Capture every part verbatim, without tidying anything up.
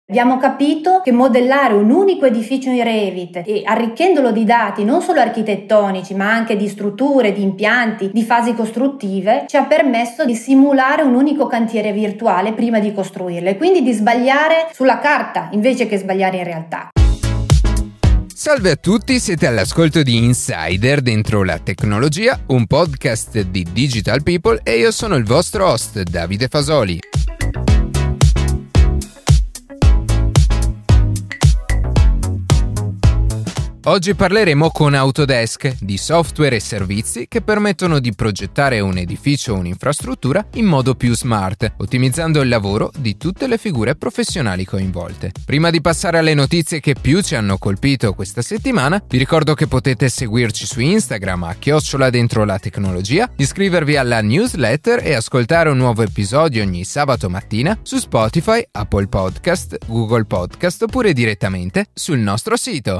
Abbiamo capito che modellare un unico edificio in Revit e arricchendolo di dati non solo architettonici ma anche di strutture, di impianti, di fasi costruttive ci ha permesso di simulare un unico cantiere virtuale prima di costruirlo e quindi di sbagliare sulla carta invece che sbagliare in realtà. Salve a tutti, siete all'ascolto di Insider dentro la tecnologia, un podcast di Digital People e io sono il vostro host Davide Fasoli. Oggi parleremo con Autodesk di software e servizi che permettono di progettare un edificio o un'infrastruttura in modo più smart, ottimizzando il lavoro di tutte le figure professionali coinvolte. Prima di passare alle notizie che più ci hanno colpito questa settimana, vi ricordo che potete seguirci su Instagram a chiocciola dentro la tecnologia, iscrivervi alla newsletter e ascoltare un nuovo episodio ogni sabato mattina su Spotify, Apple Podcast, Google Podcast oppure direttamente sul nostro sito.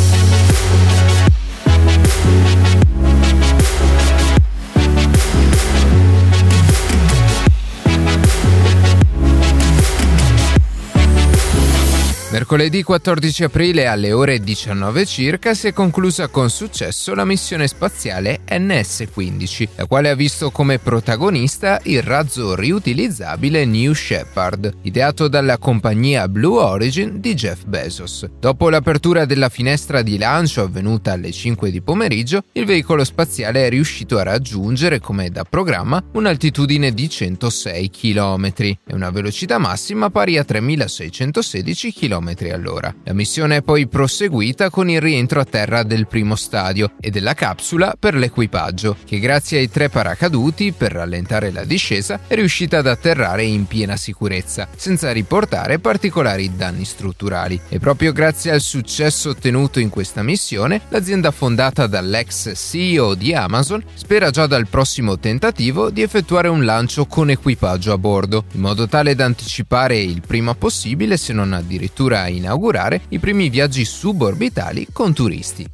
Mercoledì quattordici aprile alle ore diciannove circa si è conclusa con successo la missione spaziale N S quindici, la quale ha visto come protagonista il razzo riutilizzabile New Shepard, ideato dalla compagnia Blue Origin di Jeff Bezos. Dopo l'apertura della finestra di lancio avvenuta alle cinque di pomeriggio, il veicolo spaziale è riuscito a raggiungere, come da programma, un'altitudine di centosei chilometri e una velocità massima pari a tremilaseicentosedici chilometri all'ora. La missione è poi proseguita con il rientro a terra del primo stadio e della capsula per l'equipaggio, che grazie ai tre paracaduti per rallentare la discesa è riuscita ad atterrare in piena sicurezza, senza riportare particolari danni strutturali. E proprio grazie al successo ottenuto in questa missione, l'azienda fondata dall'ex C E O di Amazon spera già dal prossimo tentativo di effettuare un lancio con equipaggio a bordo, in modo tale da anticipare il prima possibile, se non addirittura a inaugurare i primi viaggi suborbitali con turisti.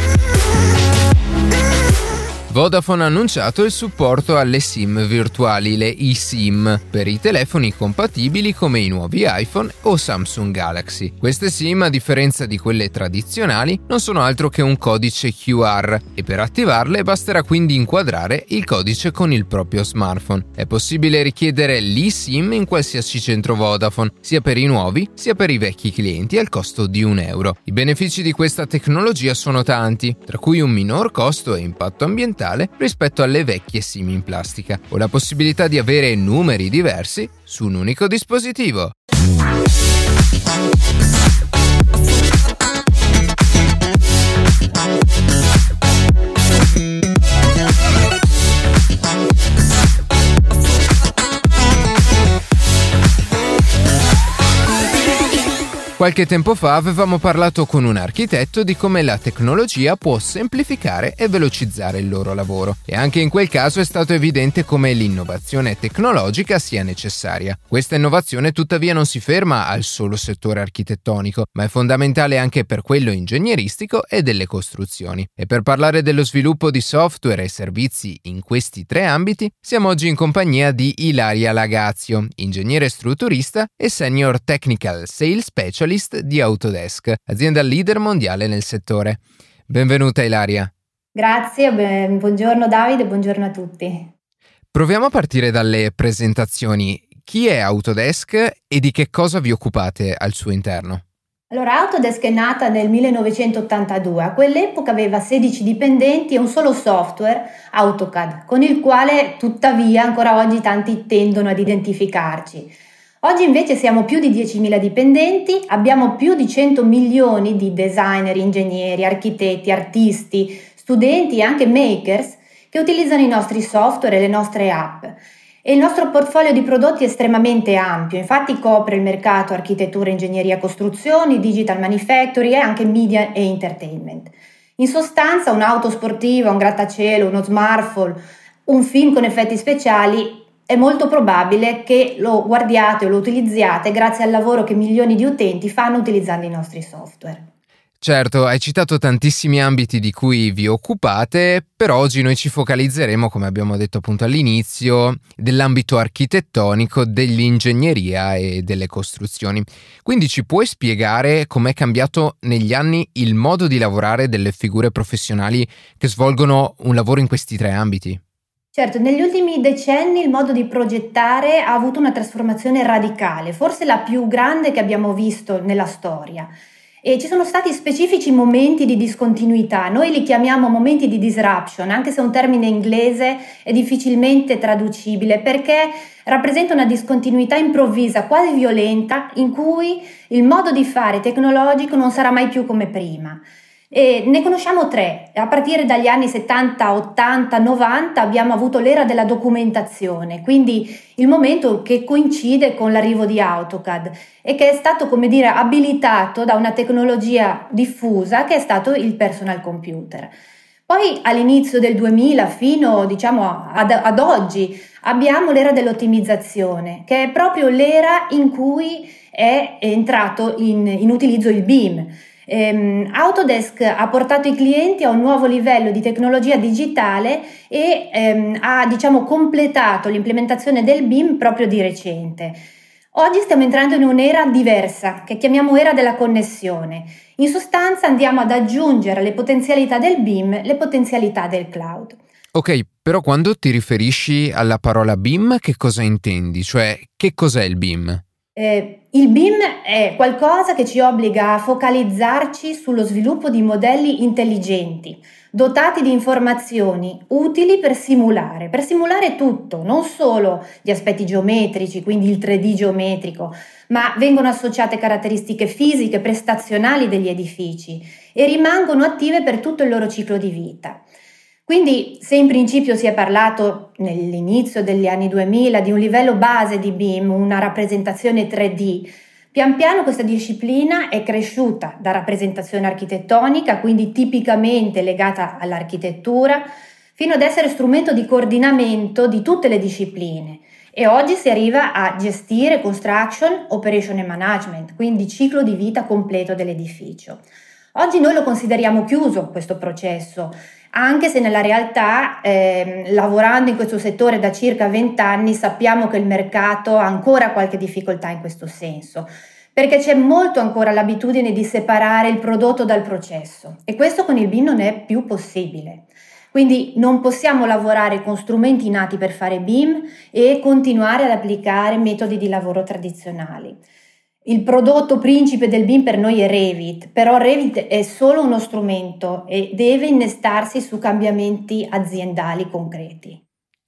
Vodafone ha annunciato il supporto alle SIM virtuali, le eSIM, per i telefoni compatibili come i nuovi iPhone o Samsung Galaxy. Queste SIM, a differenza di quelle tradizionali, non sono altro che un codice Q R e per attivarle basterà quindi inquadrare il codice con il proprio smartphone. È possibile richiedere l'eSIM in qualsiasi centro Vodafone, sia per i nuovi sia per i vecchi clienti al costo di un euro. I benefici di questa tecnologia sono tanti, tra cui un minor costo e impatto ambientale rispetto alle vecchie SIM in plastica o la possibilità di avere numeri diversi su un unico dispositivo. Qualche tempo fa avevamo parlato con un architetto di come la tecnologia può semplificare e velocizzare il loro lavoro e anche in quel caso è stato evidente come l'innovazione tecnologica sia necessaria. Questa innovazione tuttavia non si ferma al solo settore architettonico, ma è fondamentale anche per quello ingegneristico e delle costruzioni. E per parlare dello sviluppo di software e servizi in questi tre ambiti, siamo oggi in compagnia di Ilaria Lagazio, ingegnere strutturista e senior technical sales specialist di Autodesk, azienda leader mondiale nel settore. Benvenuta Ilaria. Grazie, beh, buongiorno Davide, buongiorno a tutti. Proviamo a partire dalle presentazioni. Chi è Autodesk e di che cosa vi occupate al suo interno? Allora, Autodesk è nata nel millenovecentottantadue, a quell'epoca aveva sedici dipendenti e un solo software, AutoCAD, con il quale tuttavia ancora oggi tanti tendono ad identificarci. Oggi invece siamo più di diecimila dipendenti, abbiamo più di cento milioni di designer, ingegneri, architetti, artisti, studenti e anche makers che utilizzano i nostri software e le nostre app. E il nostro portfolio di prodotti è estremamente ampio, infatti copre il mercato architettura, ingegneria, costruzioni, digital manufacturing e anche media e entertainment. In sostanza un'auto sportiva, un grattacielo, uno smartphone, un film con effetti speciali è molto probabile che lo guardiate o lo utilizziate grazie al lavoro che milioni di utenti fanno utilizzando i nostri software. Certo, hai citato tantissimi ambiti di cui vi occupate, però oggi noi ci focalizzeremo, come abbiamo detto appunto all'inizio, dell'ambito architettonico, dell'ingegneria e delle costruzioni. Quindi ci puoi spiegare com'è cambiato negli anni il modo di lavorare delle figure professionali che svolgono un lavoro in questi tre ambiti? Certo, negli ultimi decenni il modo di progettare ha avuto una trasformazione radicale, forse la più grande che abbiamo visto nella storia. E ci sono stati specifici momenti di discontinuità, noi li chiamiamo momenti di disruption, anche se è un termine inglese è difficilmente traducibile, perché rappresenta una discontinuità improvvisa, quasi violenta, in cui il modo di fare tecnologico non sarà mai più come prima. E ne conosciamo tre. A partire dagli anni settanta, ottanta, novanta abbiamo avuto l'era della documentazione, quindi il momento che coincide con l'arrivo di AutoCAD e che è stato, come dire, abilitato da una tecnologia diffusa che è stato il personal computer. Poi all'inizio del duemila fino diciamo ad, ad oggi abbiamo l'era dell'ottimizzazione, che è proprio l'era in cui è entrato in, in utilizzo il B I M. Um, Autodesk ha portato i clienti a un nuovo livello di tecnologia digitale e um, ha diciamo completato l'implementazione del B I M proprio di recente. Oggi stiamo entrando in un'era diversa che chiamiamo era della connessione. In sostanza andiamo ad aggiungere alle potenzialità del B I M le potenzialità del cloud. Ok, però quando ti riferisci alla parola B I M, che cosa intendi? Cioè, che cos'è il B I M? Eh, il B I M è qualcosa che ci obbliga a focalizzarci sullo sviluppo di modelli intelligenti, dotati di informazioni utili per simulare, per simulare tutto, non solo gli aspetti geometrici, quindi il tre D geometrico, ma vengono associate caratteristiche fisiche, prestazionali degli edifici e rimangono attive per tutto il loro ciclo di vita. Quindi, se in principio si è parlato nell'inizio degli anni duemila di un livello base di B I M, una rappresentazione tre D, pian piano questa disciplina è cresciuta da rappresentazione architettonica, quindi tipicamente legata all'architettura, fino ad essere strumento di coordinamento di tutte le discipline. E oggi si arriva a gestire construction, operation e management, quindi ciclo di vita completo dell'edificio. Oggi noi lo consideriamo chiuso questo processo, anche se nella realtà, eh, lavorando in questo settore da circa venti anni, sappiamo che il mercato ha ancora qualche difficoltà in questo senso, perché c'è molto ancora l'abitudine di separare il prodotto dal processo e questo con il B I M non è più possibile. Quindi non possiamo lavorare con strumenti nati per fare B I M e continuare ad applicare metodi di lavoro tradizionali. Il prodotto principe del B I M per noi è Revit, però Revit è solo uno strumento e deve innestarsi su cambiamenti aziendali concreti.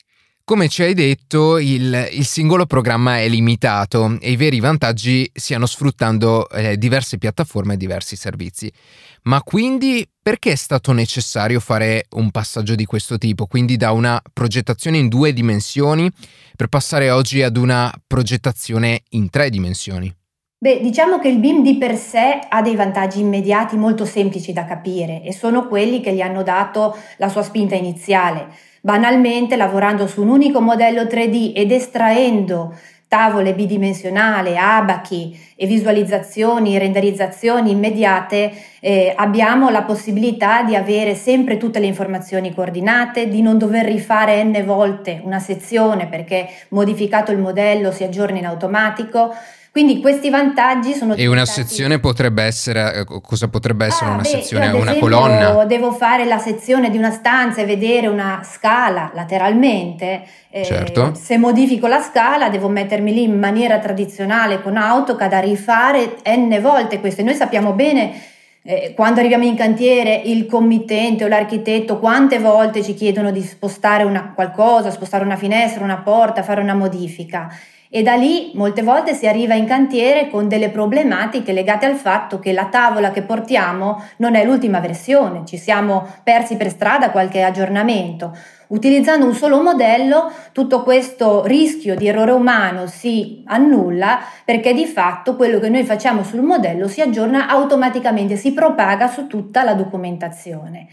Come ci hai detto, il, il singolo programma è limitato e i veri vantaggi si hanno sfruttando eh, diverse piattaforme e diversi servizi. Ma quindi perché è stato necessario fare un passaggio di questo tipo? Quindi da una progettazione in due dimensioni per passare oggi ad una progettazione in tre dimensioni? Beh, diciamo che il B I M di per sé ha dei vantaggi immediati molto semplici da capire e sono quelli che gli hanno dato la sua spinta iniziale. Banalmente, lavorando su un unico modello tre D ed estraendo tavole bidimensionali, abachi e visualizzazioni, renderizzazioni immediate, eh, abbiamo la possibilità di avere sempre tutte le informazioni coordinate, di non dover rifare n volte una sezione perché modificato il modello si aggiorna in automatico. Quindi questi vantaggi sono E una sezione potrebbe essere, cosa potrebbe essere ah, una beh, sezione, io ad una esempio colonna? Devo fare la sezione di una stanza e vedere una scala lateralmente, eh, Certo. se modifico la scala devo mettermi lì in maniera tradizionale con AutoCAD a rifare n volte questo e noi sappiamo bene eh, quando arriviamo in cantiere il committente o l'architetto quante volte ci chiedono di spostare una qualcosa, spostare una finestra, una porta, fare una modifica. E da lì molte volte si arriva in cantiere con delle problematiche legate al fatto che la tavola che portiamo non è l'ultima versione, ci siamo persi per strada qualche aggiornamento. Utilizzando un solo modello tutto questo rischio di errore umano si annulla perché di fatto quello che noi facciamo sul modello si aggiorna automaticamente, si propaga su tutta la documentazione.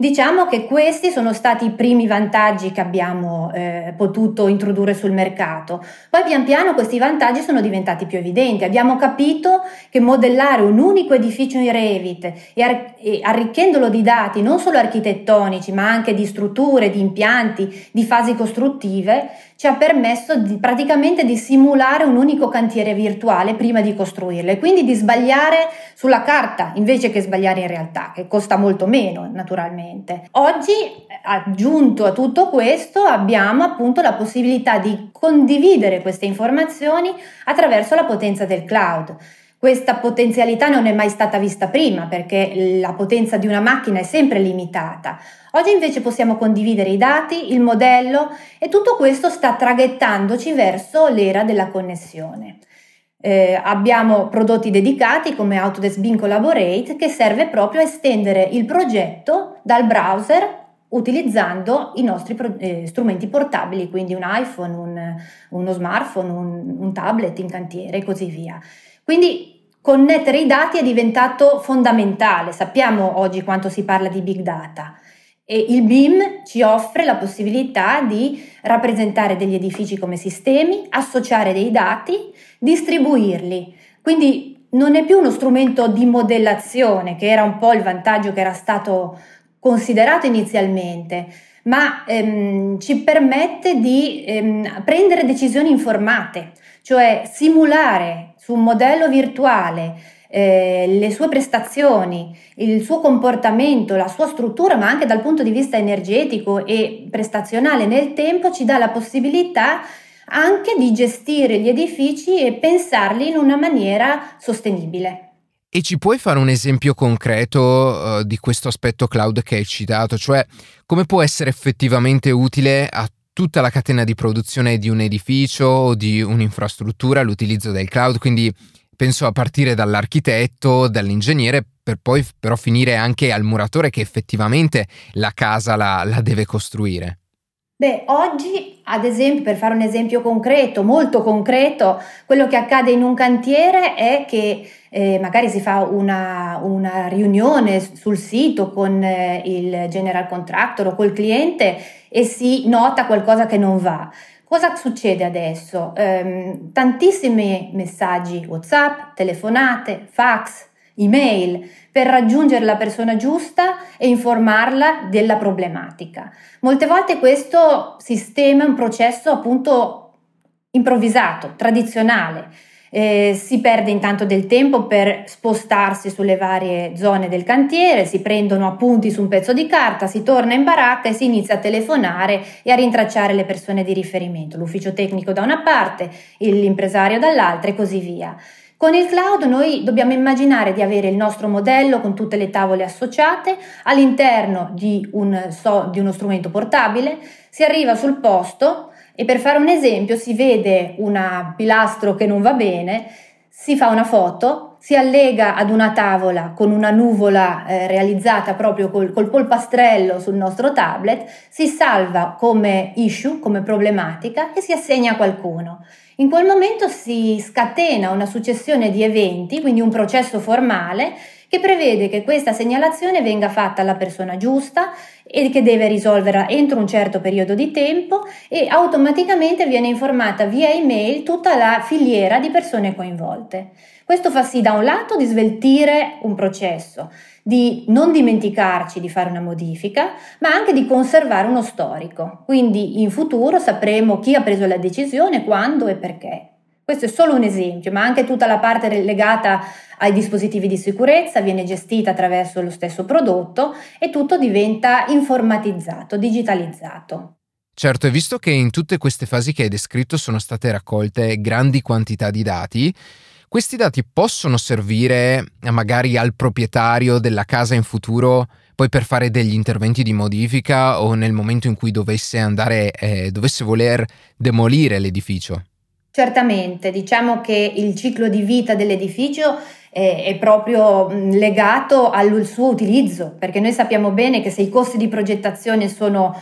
Diciamo che questi sono stati i primi vantaggi che abbiamo eh, potuto introdurre sul mercato. Poi pian piano questi vantaggi sono diventati più evidenti. Abbiamo capito che modellare un unico edificio in Revit e, ar- e arricchendolo di dati non solo architettonici ma anche di strutture, di impianti, di fasi costruttive ci ha permesso di, praticamente di simulare un unico cantiere virtuale prima di costruirlo e quindi di sbagliare sulla carta invece che sbagliare in realtà, che costa molto meno naturalmente. Oggi, aggiunto a tutto questo, abbiamo appunto la possibilità di condividere queste informazioni attraverso la potenza del cloud. Questa potenzialità non è mai stata vista prima perché la potenza di una macchina è sempre limitata. Oggi invece possiamo condividere i dati, il modello e tutto questo sta traghettandoci verso l'era della connessione. Eh, abbiamo prodotti dedicati come Autodesk Beam Collaborate che serve proprio a estendere il progetto dal browser utilizzando i nostri pro- eh, strumenti portabili, quindi un iPhone, un, uno smartphone, un, un tablet in cantiere e così via. Quindi connettere i dati è diventato fondamentale. Sappiamo oggi quanto si parla di big data. E il B I M ci offre la possibilità di rappresentare degli edifici come sistemi, associare dei dati, distribuirli. Quindi non è più uno strumento di modellazione, che era un po' il vantaggio che era stato considerato inizialmente, ma ehm, ci permette di ehm, prendere decisioni informate, cioè simulare su un modello virtuale Eh, le sue prestazioni, il suo comportamento, la sua struttura, ma anche dal punto di vista energetico e prestazionale nel tempo, ci dà la possibilità anche di gestire gli edifici e pensarli in una maniera sostenibile. E ci puoi fare un esempio concreto uh, di questo aspetto cloud che hai citato, cioè come può essere effettivamente utile a tutta la catena di produzione di un edificio o di un'infrastruttura l'utilizzo del cloud, quindi penso a partire dall'architetto, dall'ingegnere, per poi però finire anche al muratore che effettivamente la casa la, la deve costruire. Beh, oggi, ad esempio, per fare un esempio concreto, molto concreto, quello che accade in un cantiere è che eh, magari si fa una, una riunione sul sito con eh, il general contractor o col cliente e si nota qualcosa che non va. Cosa succede adesso? Ehm, tantissimi messaggi WhatsApp, telefonate, fax, email per raggiungere la persona giusta e informarla della problematica. Molte volte questo sistema è un processo appunto improvvisato, tradizionale. Eh, si perde intanto del tempo per spostarsi sulle varie zone del cantiere, si prendono appunti su un pezzo di carta, si torna in baracca e si inizia a telefonare e a rintracciare le persone di riferimento, l'ufficio tecnico da una parte, l'impresario dall'altra e così via. Con il cloud noi dobbiamo immaginare di avere il nostro modello con tutte le tavole associate all'interno di, un, so, di uno strumento portabile, si arriva sul posto e per fare un esempio si vede un pilastro che non va bene, si fa una foto, si allega ad una tavola con una nuvola eh, realizzata proprio col, col polpastrello sul nostro tablet, si salva come issue, come problematica e si assegna a qualcuno. In quel momento si scatena una successione di eventi, quindi un processo formale che prevede che questa segnalazione venga fatta alla persona giusta e che deve risolverla entro un certo periodo di tempo e automaticamente viene informata via email tutta la filiera di persone coinvolte. Questo fa sì da un lato di sveltire un processo, di non dimenticarci di fare una modifica, ma anche di conservare uno storico. Quindi in futuro sapremo chi ha preso la decisione, quando e perché. Questo è solo un esempio, ma anche tutta la parte legata ai dispositivi di sicurezza viene gestita attraverso lo stesso prodotto e tutto diventa informatizzato, digitalizzato. Certo, e visto che in tutte queste fasi che hai descritto sono state raccolte grandi quantità di dati, questi dati possono servire magari al proprietario della casa in futuro poi per fare degli interventi di modifica o nel momento in cui dovesse andare, eh, dovesse voler demolire l'edificio? Certamente, diciamo che il ciclo di vita dell'edificio è, è proprio legato al suo utilizzo, perché noi sappiamo bene che se i costi di progettazione sono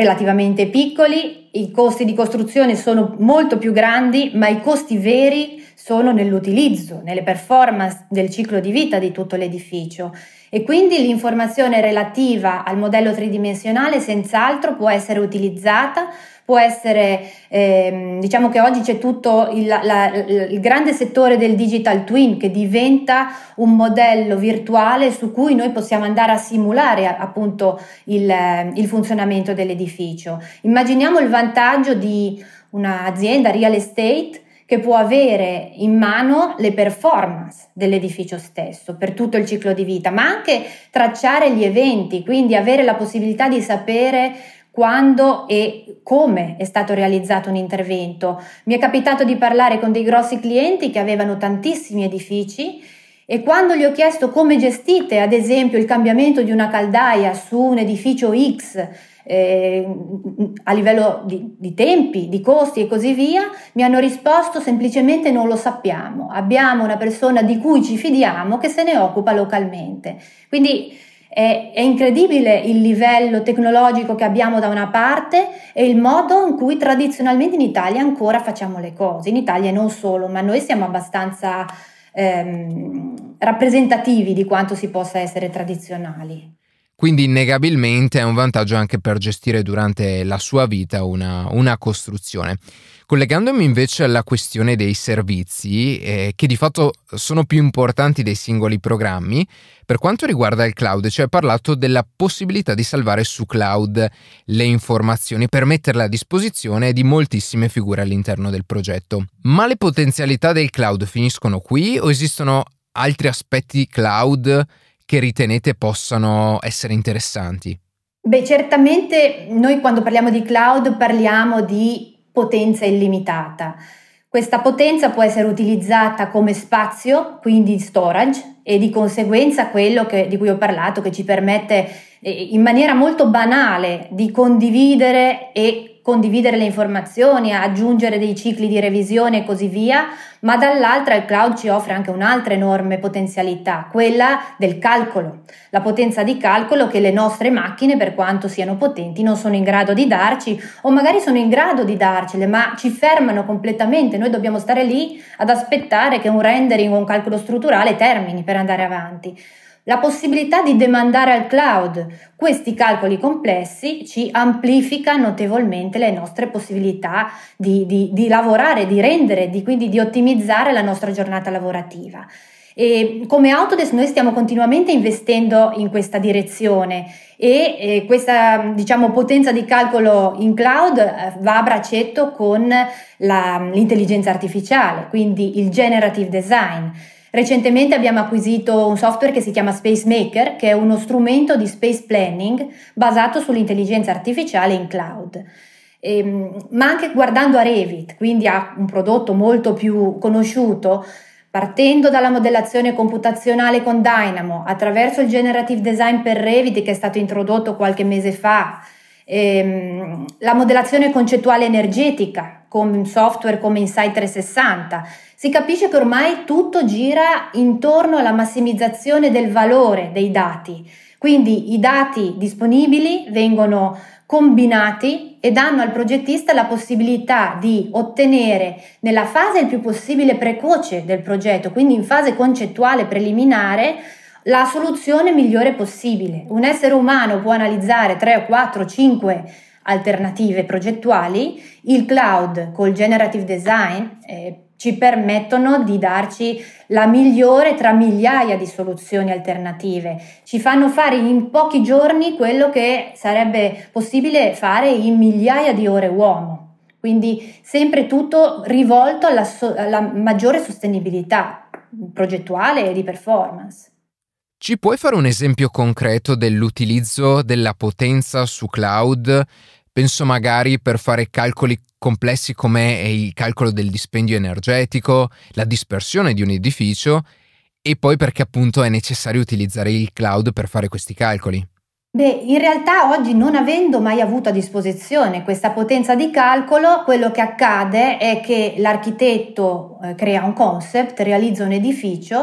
relativamente piccoli, i costi di costruzione sono molto più grandi, ma i costi veri sono nell'utilizzo, nelle performance del ciclo di vita di tutto l'edificio. E quindi l'informazione relativa al modello tridimensionale senz'altro può essere utilizzata, può essere, ehm, diciamo che oggi c'è tutto il, la, il grande settore del digital twin che diventa un modello virtuale su cui noi possiamo andare a simulare appunto il, il funzionamento dell'edificio. Immaginiamo il vantaggio di un'azienda real estate che può avere in mano le performance dell'edificio stesso per tutto il ciclo di vita, ma anche tracciare gli eventi, quindi avere la possibilità di sapere quando e come è stato realizzato un intervento. Mi è capitato di parlare con dei grossi clienti che avevano tantissimi edifici e quando gli ho chiesto come gestite, ad esempio, il cambiamento di una caldaia su un edificio X, Eh, a livello di, di tempi, di costi e così via, mi hanno risposto semplicemente non lo sappiamo, abbiamo una persona di cui ci fidiamo che se ne occupa localmente. Quindi è, è incredibile il livello tecnologico che abbiamo da una parte e il modo in cui tradizionalmente in Italia ancora facciamo le cose, in Italia e non solo, ma noi siamo abbastanza ehm, rappresentativi di quanto si possa essere tradizionali. Quindi innegabilmente è un vantaggio anche per gestire durante la sua vita una, una costruzione. Collegandomi invece alla questione dei servizi, eh, che di fatto sono più importanti dei singoli programmi, per quanto riguarda il cloud ci hai parlato della possibilità di salvare su cloud le informazioni per metterle a disposizione di moltissime figure all'interno del progetto. Ma le potenzialità del cloud finiscono qui o esistono altri aspetti cloud che ritenete possano essere interessanti? Beh, certamente noi quando parliamo di cloud parliamo di potenza illimitata. Questa potenza può essere utilizzata come spazio, quindi storage, e di conseguenza quello che, di cui ho parlato, che ci permette eh, in maniera molto banale di condividere e condividere le informazioni, aggiungere dei cicli di revisione e così via, ma dall'altra il cloud ci offre anche un'altra enorme potenzialità, quella del calcolo, la potenza di calcolo che le nostre macchine, per quanto siano potenti, non sono in grado di darci, o magari sono in grado di darcele, ma ci fermano completamente. Noi dobbiamo stare lì ad aspettare che un rendering o un calcolo strutturale termini per andare avanti. La possibilità di demandare al cloud questi calcoli complessi ci amplifica notevolmente le nostre possibilità di, di, di lavorare, di rendere, di, quindi di ottimizzare la nostra giornata lavorativa. E come Autodesk noi stiamo continuamente investendo in questa direzione e eh, questa diciamo potenza di calcolo in cloud eh, va a braccetto con la, l'intelligenza artificiale, quindi il generative design. Recentemente abbiamo acquisito un software che si chiama SpaceMaker, che è uno strumento di space planning basato sull'intelligenza artificiale in cloud. Ehm, ma anche guardando a Revit, quindi a un prodotto molto più conosciuto, partendo dalla modellazione computazionale con Dynamo, attraverso il generative design per Revit che è stato introdotto qualche mese fa, ehm, la modellazione concettuale energetica con software come Insight trecentosessanta, si capisce che ormai tutto gira intorno alla massimizzazione del valore dei dati. Quindi i dati disponibili vengono combinati e danno al progettista la possibilità di ottenere nella fase il più possibile precoce del progetto, quindi in fase concettuale preliminare, la soluzione migliore possibile. Un essere umano può analizzare tre, quattro, cinque alternative progettuali, il cloud col generative design eh, ci permettono di darci la migliore tra migliaia di soluzioni alternative, ci fanno fare in pochi giorni quello che sarebbe possibile fare in migliaia di ore uomo, quindi sempre tutto rivolto alla, so- alla maggiore sostenibilità progettuale e di performance. Ci puoi fare un esempio concreto dell'utilizzo della potenza su cloud? Penso magari per fare calcoli complessi come il calcolo del dispendio energetico, la dispersione di un edificio e poi perché appunto è necessario utilizzare il cloud per fare questi calcoli. Beh, in realtà oggi non avendo mai avuto a disposizione questa potenza di calcolo, quello che accade è che l'architetto eh, crea un concept, realizza un edificio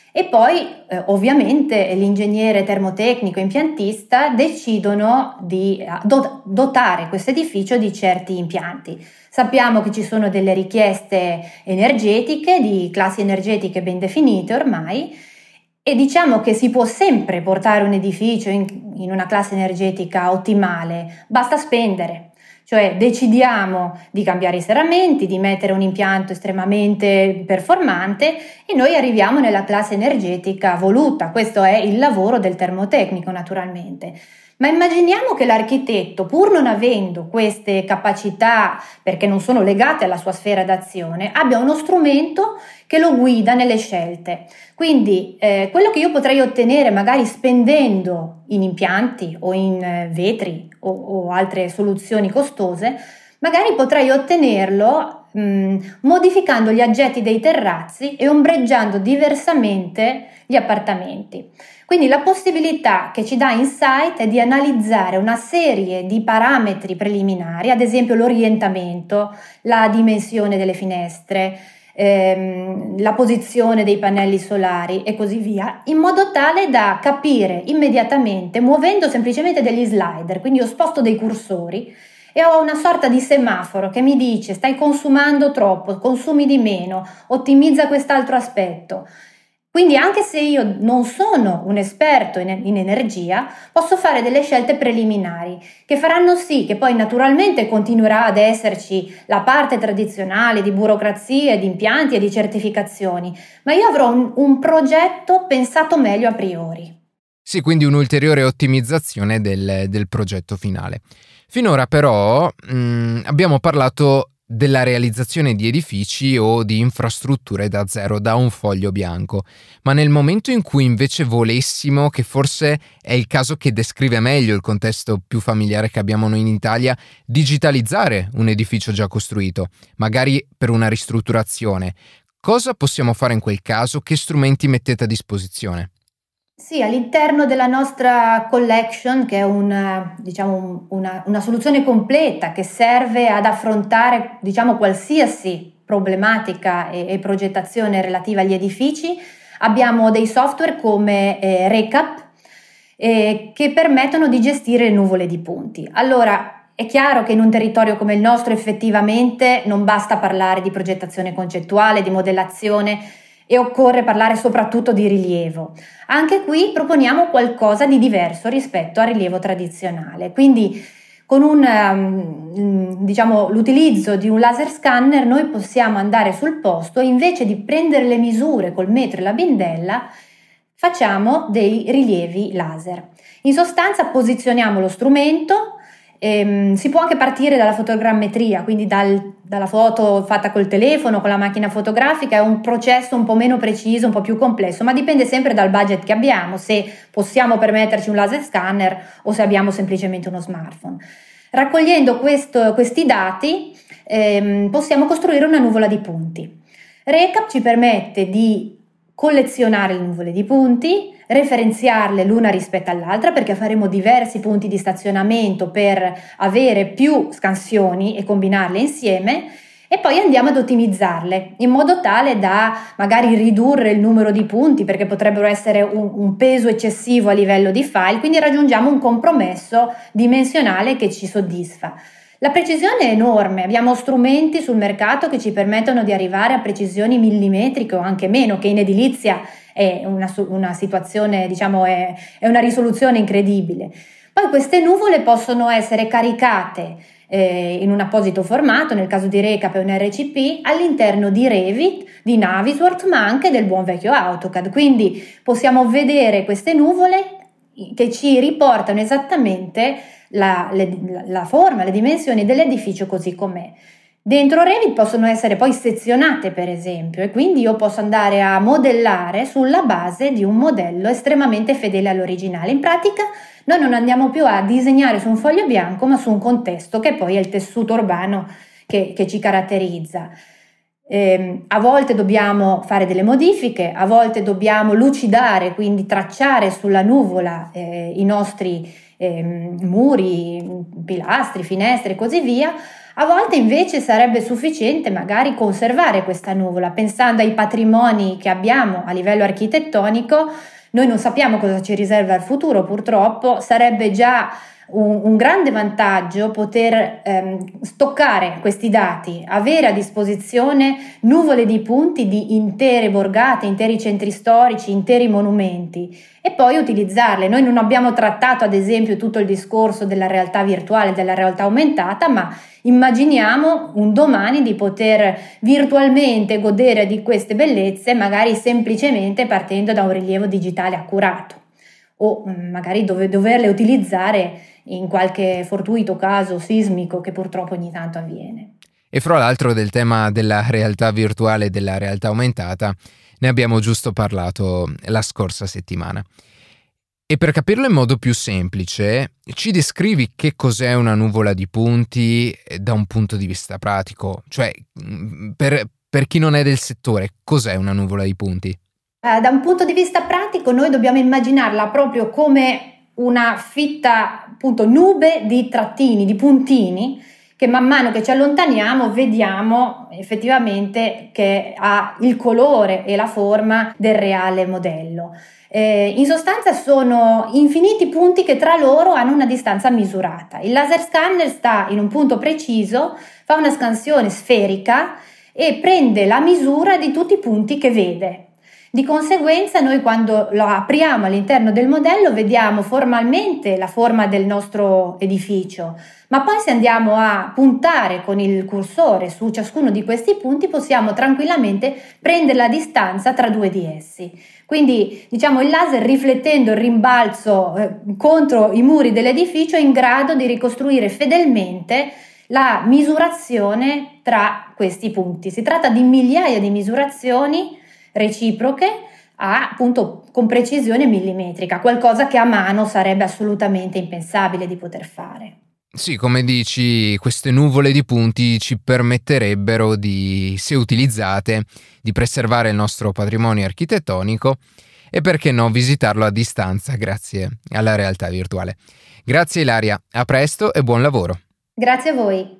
E poi eh, ovviamente l'ingegnere termotecnico impiantista decidono di do- dotare questo edificio di certi impianti. Sappiamo che ci sono delle richieste energetiche, di classi energetiche ben definite ormai, e diciamo che si può sempre portare un edificio in, in una classe energetica ottimale, basta spendere. Cioè decidiamo di cambiare i serramenti, di mettere un impianto estremamente performante e noi arriviamo nella classe energetica voluta. Questo è il lavoro del termotecnico, naturalmente. Ma immaginiamo che l'architetto, pur non avendo queste capacità, perché non sono legate alla sua sfera d'azione, abbia uno strumento che lo guida nelle scelte. Quindi eh, quello che io potrei ottenere magari spendendo in impianti o in eh, vetri o, o altre soluzioni costose, magari potrei ottenerlo mh, modificando gli aggetti dei terrazzi e ombreggiando diversamente gli appartamenti. Quindi la possibilità che ci dà Insight è di analizzare una serie di parametri preliminari, ad esempio l'orientamento, la dimensione delle finestre, ehm, la posizione dei pannelli solari e così via, in modo tale da capire immediatamente, muovendo semplicemente degli slider, quindi io sposto dei cursori e ho una sorta di semaforo che mi dice stai consumando troppo, consumi di meno, ottimizza quest'altro aspetto. Quindi anche se io non sono un esperto in, in energia, posso fare delle scelte preliminari che faranno sì che poi naturalmente continuerà ad esserci la parte tradizionale di burocrazia, di impianti e di certificazioni, ma io avrò un, un progetto pensato meglio a priori. Sì, quindi un'ulteriore ottimizzazione del, del progetto finale. Finora però mh, abbiamo parlato della realizzazione di edifici o di infrastrutture da zero, da un foglio bianco. Ma nel momento in cui invece volessimo, che forse è il caso che descrive meglio il contesto più familiare che abbiamo noi in Italia, digitalizzare un edificio già costruito, magari per una ristrutturazione, cosa possiamo fare in quel caso? Che strumenti mettete a disposizione? Sì, all'interno della nostra collection, che è una, diciamo, una, una soluzione completa che serve ad affrontare, diciamo, qualsiasi problematica e, e progettazione relativa agli edifici, abbiamo dei software come eh, Recap eh, che permettono di gestire nuvole di punti. Allora, è chiaro che in un territorio come il nostro effettivamente non basta parlare di progettazione concettuale, di modellazione, e occorre parlare soprattutto di rilievo. Anche qui proponiamo qualcosa di diverso rispetto al rilievo tradizionale. Quindi con un, um, diciamo, l'utilizzo di un laser scanner noi possiamo andare sul posto e invece di prendere le misure col metro e la bindella facciamo dei rilievi laser. In sostanza posizioniamo lo strumento. Ehm, si può anche partire dalla fotogrammetria, quindi dal, dalla foto fatta col telefono, con la macchina fotografica. È un processo un po' meno preciso, un po' più complesso, ma dipende sempre dal budget che abbiamo, se possiamo permetterci un laser scanner o se abbiamo semplicemente uno smartphone. Raccogliendo questo, questi dati ehm, possiamo costruire una nuvola di punti. Recap ci permette di collezionare le nuvole di punti, referenziarle l'una rispetto all'altra, perché faremo diversi punti di stazionamento per avere più scansioni e combinarle insieme, e poi andiamo ad ottimizzarle in modo tale da magari ridurre il numero di punti, perché potrebbero essere un, un peso eccessivo a livello di file, quindi raggiungiamo un compromesso dimensionale che ci soddisfa. La precisione è enorme, abbiamo strumenti sul mercato che ci permettono di arrivare a precisioni millimetriche o anche meno, che in edilizia è una, una situazione, diciamo, è, è una risoluzione incredibile. Poi queste nuvole possono essere caricate eh, in un apposito formato, nel caso di Recap è un R C P, all'interno di Revit, di Navisworks, ma anche del buon vecchio AutoCAD. Quindi possiamo vedere queste nuvole che ci riportano esattamente la, le, la forma, le dimensioni dell'edificio così com'è. Dentro Revit possono essere poi sezionate, per esempio, e quindi io posso andare a modellare sulla base di un modello estremamente fedele all'originale. In pratica noi non andiamo più a disegnare su un foglio bianco, ma su un contesto che poi è il tessuto urbano che, che ci caratterizza. Eh, a volte dobbiamo fare delle modifiche, a volte dobbiamo lucidare, quindi tracciare sulla nuvola eh, i nostri eh, muri, pilastri, finestre e così via. A volte invece sarebbe sufficiente magari conservare questa nuvola, pensando ai patrimoni che abbiamo a livello architettonico. Noi non sappiamo cosa ci riserva il futuro, purtroppo sarebbe già un, un grande vantaggio poter ehm, stoccare questi dati, avere a disposizione nuvole di punti di intere borgate, interi centri storici, interi monumenti e poi utilizzarle. Noi non abbiamo trattato ad esempio tutto il discorso della realtà virtuale, della realtà aumentata, ma immaginiamo un domani di poter virtualmente godere di queste bellezze, magari semplicemente partendo da un rilievo digitale accurato o magari dove, doverle utilizzare in qualche fortuito caso sismico che purtroppo ogni tanto avviene. E fra l'altro del tema della realtà virtuale e della realtà aumentata ne abbiamo giusto parlato la scorsa settimana. E per capirlo in modo più semplice, ci descrivi che cos'è una nuvola di punti da un punto di vista pratico? Cioè, per, per chi non è del settore, cos'è una nuvola di punti? Eh, da un punto di vista pratico noi dobbiamo immaginarla proprio come una fitta, appunto, nube di trattini, di puntini, che man mano che ci allontaniamo vediamo effettivamente che ha il colore e la forma del reale modello. Eh, in sostanza sono infiniti punti che tra loro hanno una distanza misurata. Il laser scanner sta in un punto preciso, fa una scansione sferica e prende la misura di tutti i punti che vede. Di conseguenza noi quando lo apriamo all'interno del modello vediamo formalmente la forma del nostro edificio, ma poi se andiamo a puntare con il cursore su ciascuno di questi punti possiamo tranquillamente prendere la distanza tra due di essi. Quindi diciamo il laser, riflettendo il rimbalzo eh, contro i muri dell'edificio, è in grado di ricostruire fedelmente la misurazione tra questi punti. Si tratta di migliaia di misurazioni reciproche a, appunto, con precisione millimetrica, qualcosa che a mano sarebbe assolutamente impensabile di poter fare. Sì, come dici, queste nuvole di punti ci permetterebbero di, se utilizzate, di preservare il nostro patrimonio architettonico e perché no visitarlo a distanza grazie alla realtà virtuale. Grazie Ilaria, a presto e buon lavoro. Grazie a voi.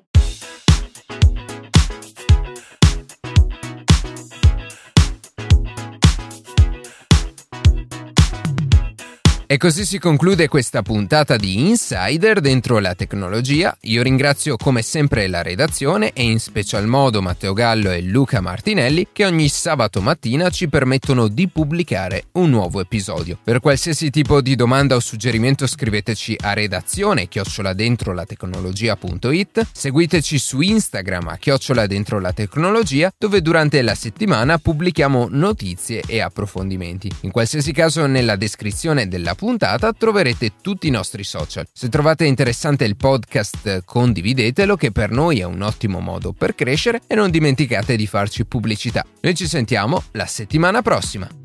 E così si conclude questa puntata di Insider dentro la tecnologia. Io ringrazio come sempre la redazione e in special modo Matteo Gallo e Luca Martinelli che ogni sabato mattina ci permettono di pubblicare un nuovo episodio. Per qualsiasi tipo di domanda o suggerimento scriveteci a redazione chiocciola dentro la tecnologia punto it, seguiteci su Instagram a chiocciola dentro la tecnologia dove durante la settimana pubblichiamo notizie e approfondimenti. In qualsiasi caso nella descrizione della puntata troverete tutti i nostri social. Se trovate interessante il podcast condividetelo, che per noi è un ottimo modo per crescere, e non dimenticate di farci pubblicità. Noi ci sentiamo la settimana prossima.